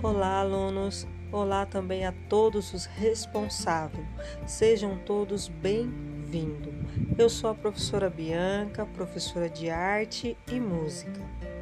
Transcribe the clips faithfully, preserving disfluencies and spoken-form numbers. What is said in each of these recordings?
Olá, alunos! Olá também a todos os responsáveis. Sejam todos bem-vindos. Eu sou a professora Bianca, professora de arte e música.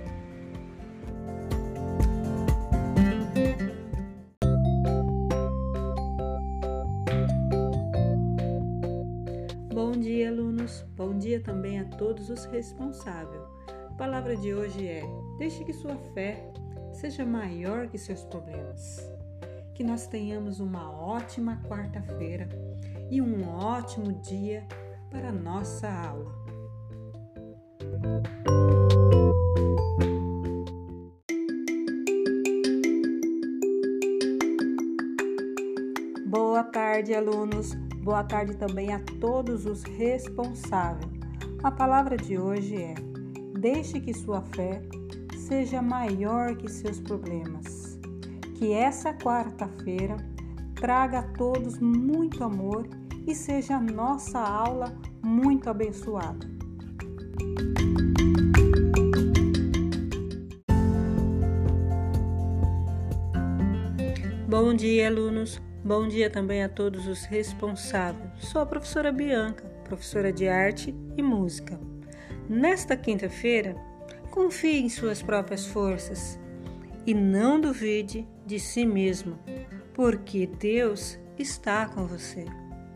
Bom dia, alunos! Bom dia também a todos os responsáveis. A palavra de hoje é: deixe que sua fé seja maior que seus problemas. Que nós tenhamos uma ótima quarta-feira e um ótimo dia para a nossa aula. Boa tarde, alunos. Boa tarde também a todos os responsáveis. A palavra de hoje é: deixe que sua fé seja maior que seus problemas. Que essa quarta-feira traga a todos muito amor e seja a nossa aula muito abençoada. Bom dia, alunos. Bom dia também a todos os responsáveis. Sou a professora Bianca, professora de arte e música. Nesta quinta-feira, confie em suas próprias forças e não duvide de si mesmo, porque Deus está com você.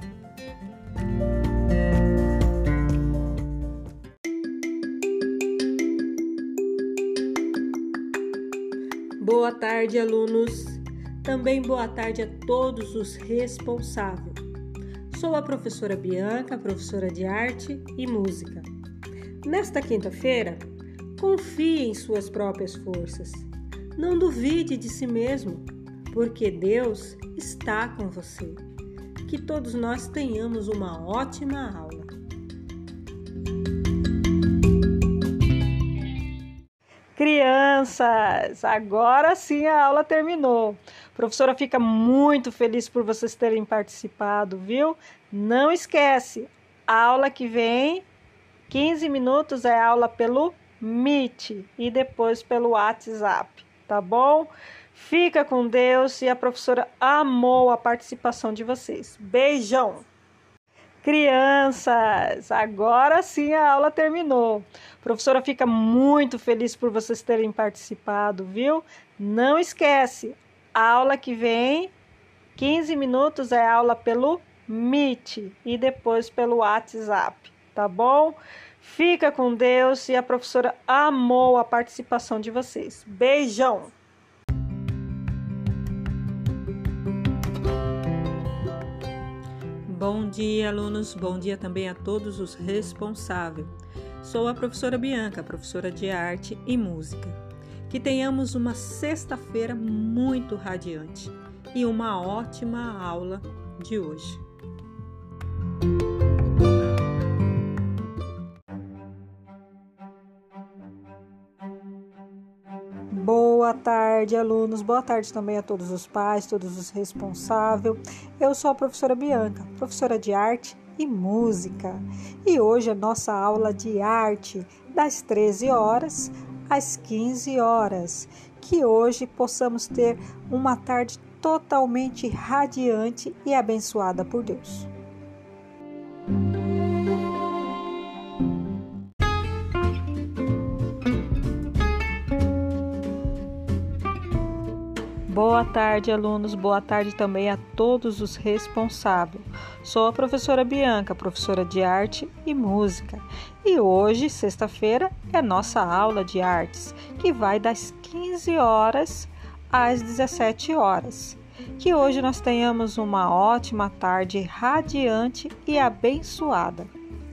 Boa tarde, alunos. Também boa tarde a todos os responsáveis. Sou a professora Bianca, professora de arte e música. Nesta quinta-feira, confie em suas próprias forças. Não duvide de si mesmo, porque Deus está com você. Que todos nós tenhamos uma ótima aula. Crianças, agora sim a aula terminou. A professora fica muito feliz por vocês terem participado, viu? Não esquece, a aula que vem, quinze minutos, é aula pelo Meet e depois pelo WhatsApp, tá bom? Fica com Deus e a professora amou a participação de vocês. Beijão! Crianças, agora sim a aula terminou. A professora fica muito feliz por vocês terem participado, viu? Não esquece, a aula que vem, quinze minutos, é aula pelo Meet e depois pelo WhatsApp, tá bom? Fica com Deus e a professora amou a participação de vocês. Beijão! Bom dia, alunos. Bom dia também a todos os responsáveis. Sou a professora Bianca, professora de arte e música. Que tenhamos uma sexta-feira muito radiante e uma ótima aula de hoje. Boa tarde, alunos. Boa tarde também a todos os pais, todos os responsáveis. Eu sou a professora Bianca, professora de arte e música. E hoje é nossa aula de arte, das treze horas às quinze horas. Que hoje possamos ter uma tarde totalmente radiante e abençoada por Deus. Boa tarde, alunos. Boa tarde também a todos os responsáveis. Sou a professora Bianca, professora de arte e música. E hoje, sexta-feira, é nossa aula de artes, que vai das quinze horas às dezessete horas. Que hoje nós tenhamos uma ótima tarde radiante e abençoada.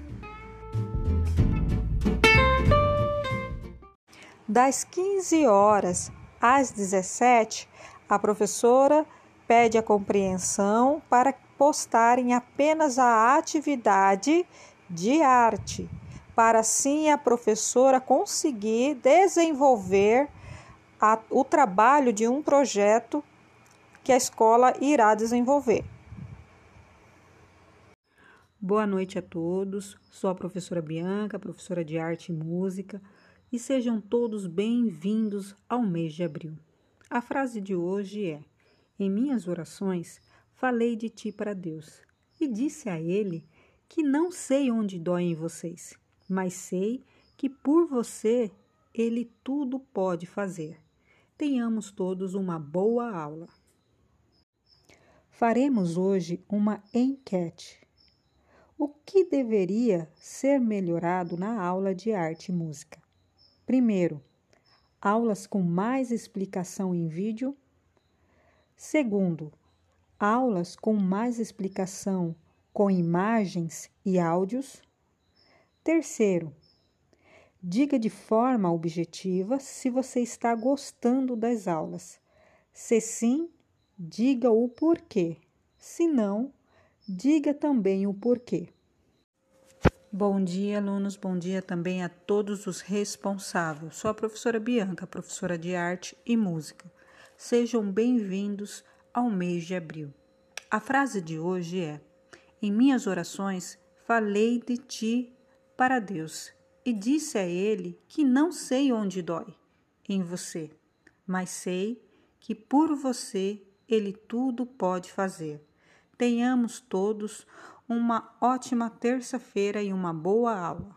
Das quinze horas às dezessete, a professora pede a compreensão para postarem apenas a atividade de arte, para assim a professora conseguir desenvolver a, o trabalho de um projeto que a escola irá desenvolver. Boa noite a todos. Sou a professora Bianca, professora de arte e música, e sejam todos bem-vindos ao mês de abril. A frase de hoje é: em minhas orações falei de ti para Deus e disse a Ele que não sei onde dói em vocês, mas sei que por você Ele tudo pode fazer. Tenhamos todos uma boa aula. Faremos hoje uma enquete. O que deveria ser melhorado na aula de arte e música? Primeiro, aulas com mais explicação em vídeo. Segundo, aulas com mais explicação com imagens e áudios. Terceiro, diga de forma objetiva se você está gostando das aulas. Se sim, diga o porquê. Se não, diga também o porquê. Bom dia, alunos. Bom dia também a todos os responsáveis. Sou a professora Bianca, professora de arte e música. Sejam bem-vindos ao mês de abril. A frase de hoje é: em minhas orações falei de ti para Deus e disse a Ele que não sei onde dói em você, mas sei que por você Ele tudo pode fazer. Tenhamos todos uma ótima terça-feira e uma boa aula.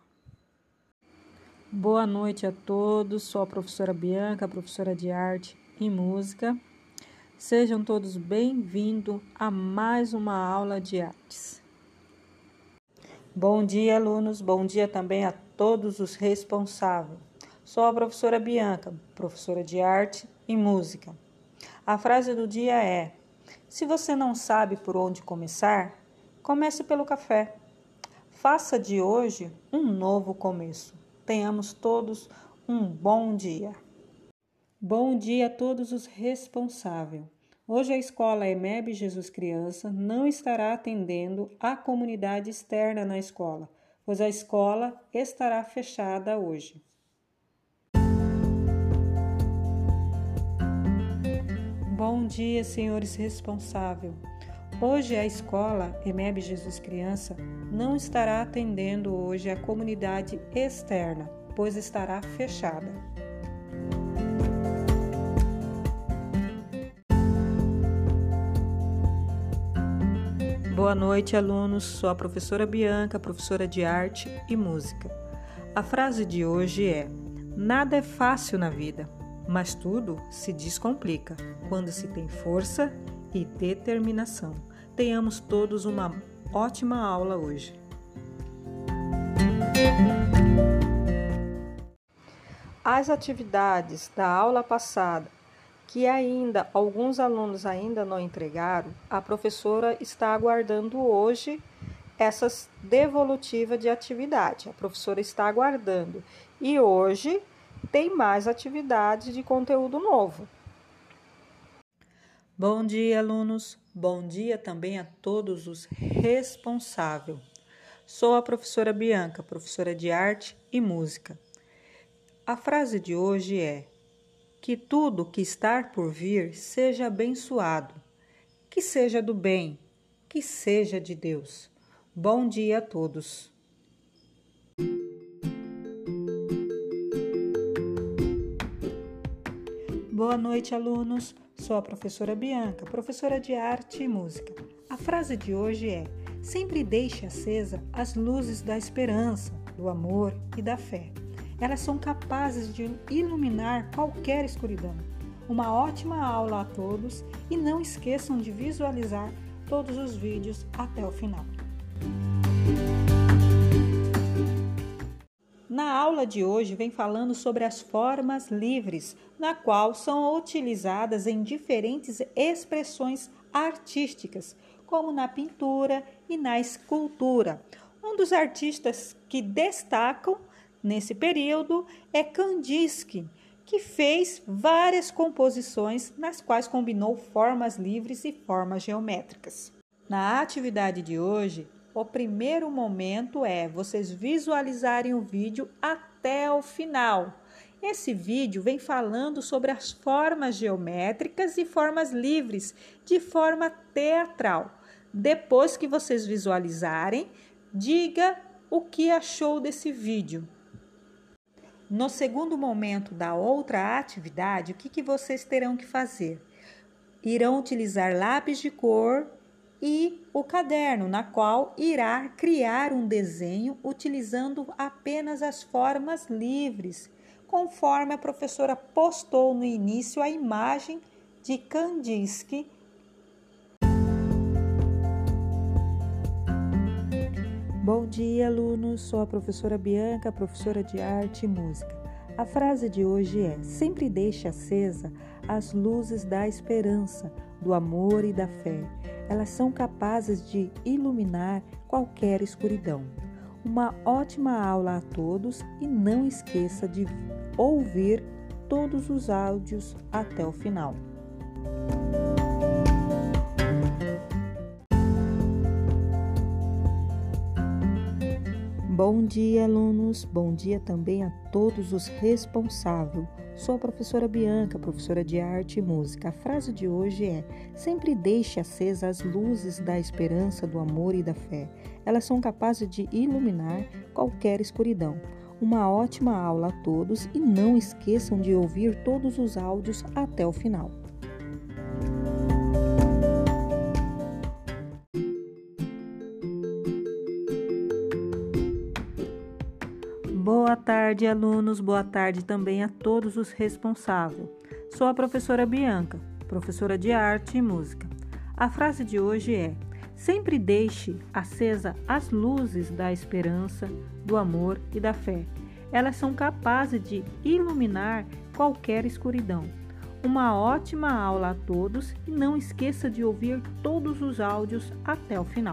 Boa noite a todos, sou a professora Bianca, professora de arte e música. Sejam todos bem-vindos a mais uma aula de artes. Bom dia, alunos, bom dia também a todos os responsáveis. Sou a professora Bianca, professora de arte e música. A frase do dia é: se você não sabe por onde começar, comece pelo café. Faça de hoje um novo começo. Tenhamos todos um bom dia. Bom dia a todos os responsáveis. Hoje a escola EMEB Jesus Criança não estará atendendo a comunidade externa na escola, pois a escola estará fechada hoje. Bom dia, senhores responsáveis. Hoje a escola EMEB Jesus Criança não estará atendendo hoje a comunidade externa, pois estará fechada. Boa noite, alunos. Sou a professora Bianca, professora de arte e música. A frase de hoje é: nada é fácil na vida, mas tudo se descomplica quando se tem força e determinação. Tenhamos todos uma ótima aula hoje. As atividades da aula passada, que ainda alguns alunos ainda não entregaram, a professora está aguardando hoje essas devolutivas de atividade. A professora está aguardando e hoje tem mais atividades de conteúdo novo. Bom dia, alunos. Bom dia também a todos os responsáveis. Sou a professora Bianca, professora de arte e música. A frase de hoje é: que tudo que está por vir seja abençoado, que seja do bem, que seja de Deus. Bom dia a todos. Boa noite, alunos. Sou a professora Bianca, professora de arte e música. A frase de hoje é: sempre deixe acesa as luzes da esperança, do amor e da fé. Elas são capazes de iluminar qualquer escuridão. Uma ótima aula a todos e não esqueçam de visualizar todos os vídeos até o final. Na aula de hoje vem falando sobre as formas livres, na qual são utilizadas em diferentes expressões artísticas, como na pintura e na escultura. Um dos artistas que destacam nesse período é Kandinsky, que fez várias composições nas quais combinou formas livres e formas geométricas. Na atividade de hoje, o primeiro momento é vocês visualizarem o vídeo até o final. Esse vídeo vem falando sobre as formas geométricas e formas livres de forma teatral. Depois que vocês visualizarem, diga o que achou desse vídeo. No segundo momento da outra atividade, o que, que vocês terão que fazer? Irão utilizar lápis de cor e o caderno, na qual irá criar um desenho utilizando apenas as formas livres, conforme a professora postou no início a imagem de Kandinsky. Bom dia, alunos! Sou a professora Bianca, professora de arte e música. A frase de hoje é: sempre deixe acesa as luzes da esperança, do amor e da fé. Elas são capazes de iluminar qualquer escuridão. Uma ótima aula a todos e não esqueça de ouvir todos os áudios até o final. Bom dia, alunos! Bom dia também a todos os responsáveis. Sou a professora Bianca, professora de arte e música. A frase de hoje é: sempre deixe acesa as luzes da esperança, do amor e da fé. Elas são capazes de iluminar qualquer escuridão. Uma ótima aula a todos e não esqueçam de ouvir todos os áudios até o final. Boa tarde, alunos. Boa tarde também a todos os responsáveis. Sou a professora Bianca, professora de arte e música. A frase de hoje é: sempre deixe acesa as luzes da esperança, do amor e da fé. Elas são capazes de iluminar qualquer escuridão. Uma ótima aula a todos e não esqueça de ouvir todos os áudios até o final.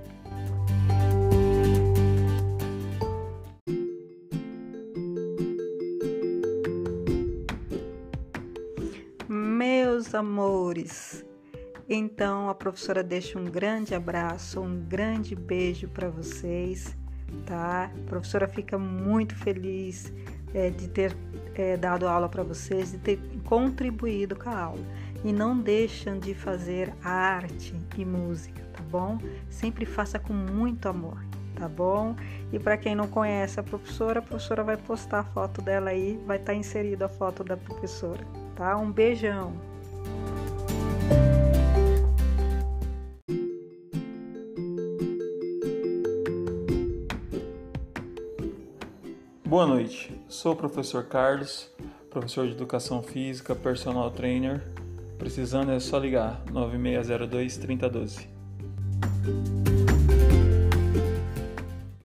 Meus amores, então a professora deixa um grande abraço, um grande beijo para vocês, tá? A professora fica muito feliz é, de ter é, dado aula para vocês, de ter contribuído com a aula. E não deixam de fazer arte e música, tá bom? Sempre faça com muito amor, tá bom? E para quem não conhece a professora, a professora vai postar a foto dela aí, vai estar inserida a foto da professora. Tá? Um beijão. Boa noite, sou o professor Carlos, professor de Educação Física, personal trainer. Precisando é só ligar nove seis zero dois, três zero um dois.